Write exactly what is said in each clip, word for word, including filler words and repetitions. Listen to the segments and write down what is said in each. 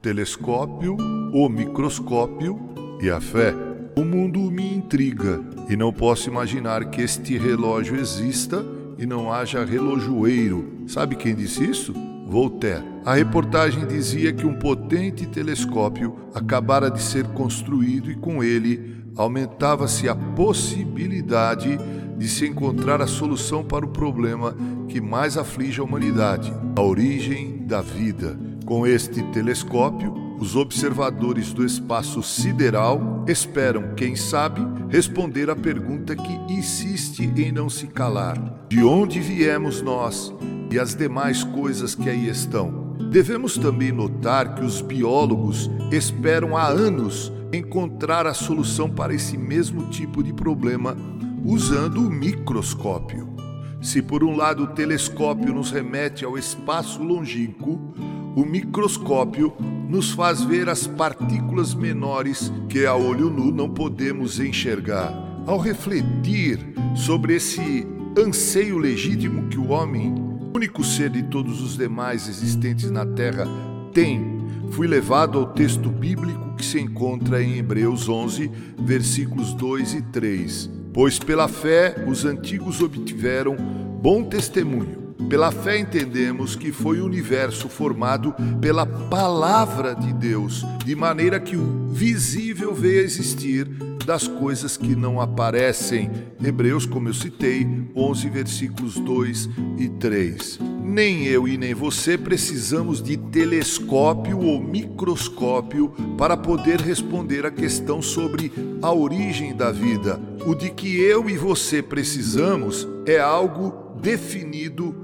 telescópio, o microscópio e a fé. O mundo me intriga e não posso imaginar que este relógio exista e não haja relojoeiro. Sabe quem disse isso? Voltaire. A reportagem dizia que um potente telescópio acabara de ser construído e com ele aumentava-se a possibilidade de se encontrar a solução para o problema que mais aflige a humanidade, a origem da vida. Com este telescópio, os observadores do espaço sideral esperam, quem sabe, responder à pergunta que insiste em não se calar: de onde viemos nós e as demais coisas que aí estão? Devemos também notar que os biólogos esperam há anos encontrar a solução para esse mesmo tipo de problema usando o microscópio. Se por um lado o telescópio nos remete ao espaço longínquo, o microscópio nos faz ver as partículas menores que a olho nu não podemos enxergar. Ao refletir sobre esse anseio legítimo que o homem, único ser de todos os demais existentes na Terra, tem, fui levado ao texto bíblico que se encontra em Hebreus onze, versículos dois e três. Pois pela fé os antigos obtiveram bom testemunho. Pela fé entendemos que foi o universo formado pela palavra de Deus, de maneira que o visível veio a existir das coisas que não aparecem. Hebreus, como eu citei, onze, versículos dois e três. Nem eu e nem você precisamos de telescópio ou microscópio para poder responder à questão sobre a origem da vida. O de que eu e você precisamos é algo definido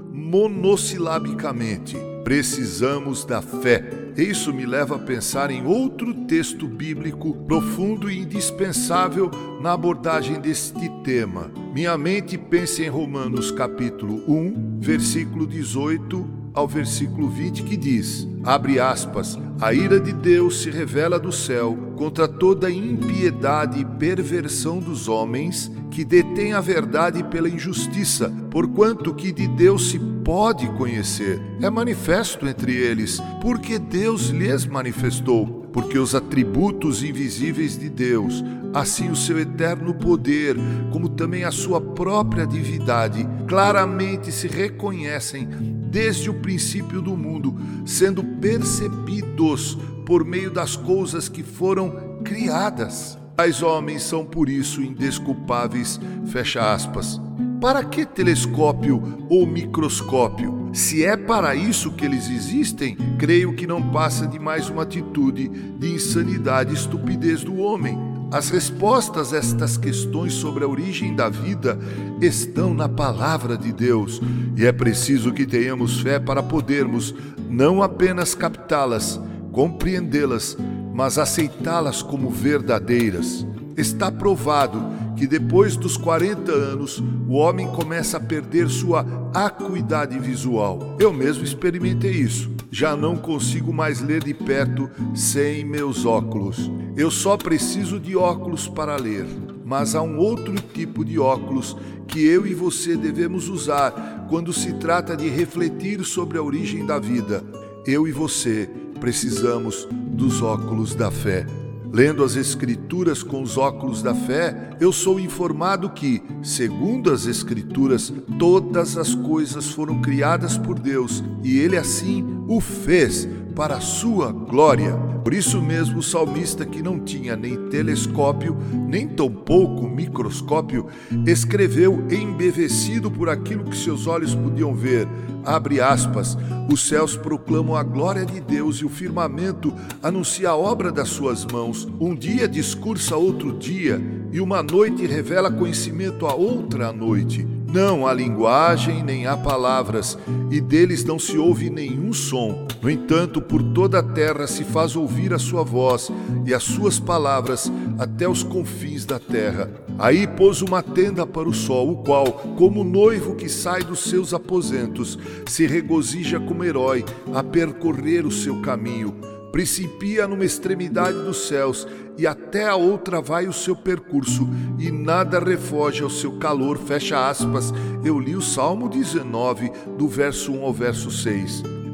monossilabicamente. Precisamos da fé. Isso me leva a pensar em outro texto bíblico profundo e indispensável na abordagem deste tema. Minha mente pensa em Romanos capítulo um, versículo dezoito ao versículo vinte, que diz, abre aspas, a ira de Deus se revela do céu contra toda a impiedade e perversão dos homens que detêm a verdade pela injustiça, porquanto que de Deus se pode conhecer. É manifesto entre eles, porque Deus lhes manifestou, porque os atributos invisíveis de Deus, assim o seu eterno poder, como também a sua própria divindade, claramente se reconhecem desde o princípio do mundo, sendo percebidos por meio das coisas que foram criadas. Tais homens são por isso indesculpáveis, fecha aspas. Para que telescópio ou microscópio? Se é para isso que eles existem, creio que não passa de mais uma atitude de insanidade e estupidez do homem. As respostas a estas questões sobre a origem da vida estão na palavra de Deus, e é preciso que tenhamos fé para podermos não apenas captá-las, compreendê-las, mas aceitá-las como verdadeiras. Está provado que depois dos quarenta anos, o homem começa a perder sua acuidade visual. Eu mesmo experimentei isso. Já não consigo mais ler de perto sem meus óculos. Eu só preciso de óculos para ler. Mas há um outro tipo de óculos que eu e você devemos usar quando se trata de refletir sobre a origem da vida. Eu e você precisamos dos óculos da fé. Lendo as Escrituras com os óculos da fé, eu sou informado que, segundo as Escrituras, todas as coisas foram criadas por Deus e Ele assim o fez para a sua glória. Por isso mesmo o salmista, que não tinha nem telescópio, nem tampouco microscópio, escreveu embevecido por aquilo que seus olhos podiam ver, abre aspas, os céus proclamam a glória de Deus e o firmamento anuncia a obra das suas mãos. Um dia discursa outro dia e uma noite revela conhecimento a outra noite. Não há linguagem nem há palavras, e deles não se ouve nenhum som. No entanto, por toda a terra se faz ouvir a sua voz e as suas palavras até os confins da terra. Aí pôs uma tenda para o sol, o qual, como noivo que sai dos seus aposentos, se regozija como herói a percorrer o seu caminho. Principia numa extremidade dos céus e até a outra vai o seu percurso, e nada refoge ao seu calor, fecha aspas. Eu li o Salmo dezenove, do verso um ao verso seis.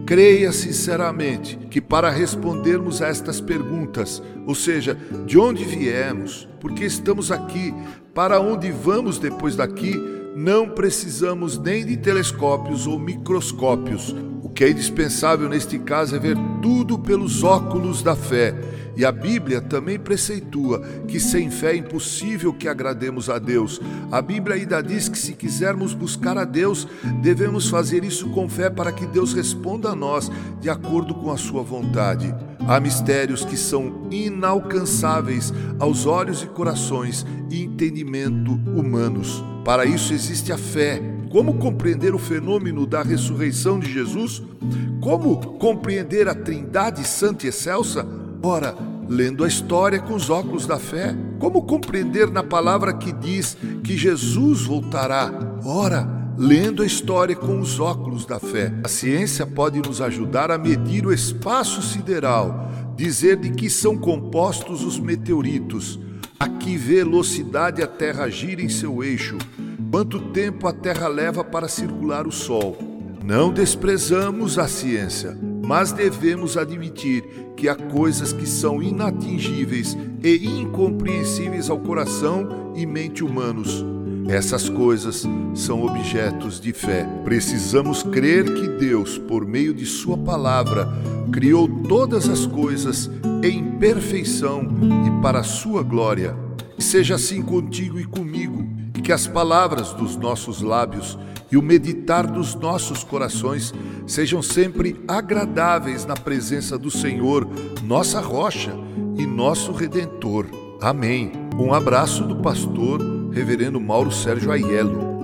Creia sinceramente que para respondermos a estas perguntas, ou seja, de onde viemos, por que estamos aqui, para onde vamos depois daqui, não precisamos nem de telescópios ou microscópios. O que é indispensável neste caso é ver tudo pelos óculos da fé. E a Bíblia também preceitua que sem fé é impossível que agrademos a Deus. A Bíblia ainda diz que se quisermos buscar a Deus, devemos fazer isso com fé para que Deus responda a nós de acordo com a sua vontade. Há mistérios que são inalcançáveis aos olhos e corações e entendimento humanos. Para isso existe a fé. Como compreender o fenômeno da ressurreição de Jesus? Como compreender a Trindade Santa e Excelsa? Ora, lendo a história com os óculos da fé. Como compreender na palavra que diz que Jesus voltará? Ora, lendo a história com os óculos da fé. A ciência pode nos ajudar a medir o espaço sideral, dizer de que são compostos os meteoritos, a que velocidade a Terra gira em seu eixo, quanto tempo a Terra leva para circular o Sol. Não desprezamos a ciência, mas devemos admitir que há coisas que são inatingíveis e incompreensíveis ao coração e mente humanos. Essas coisas são objetos de fé. Precisamos crer que Deus, por meio de sua palavra, criou todas as coisas em perfeição e para a sua glória. Que seja assim contigo e comigo, e que as palavras dos nossos lábios e o meditar dos nossos corações sejam sempre agradáveis na presença do Senhor, nossa rocha e nosso Redentor. Amém. Um abraço do pastor Reverendo Mauro Sérgio Aiello.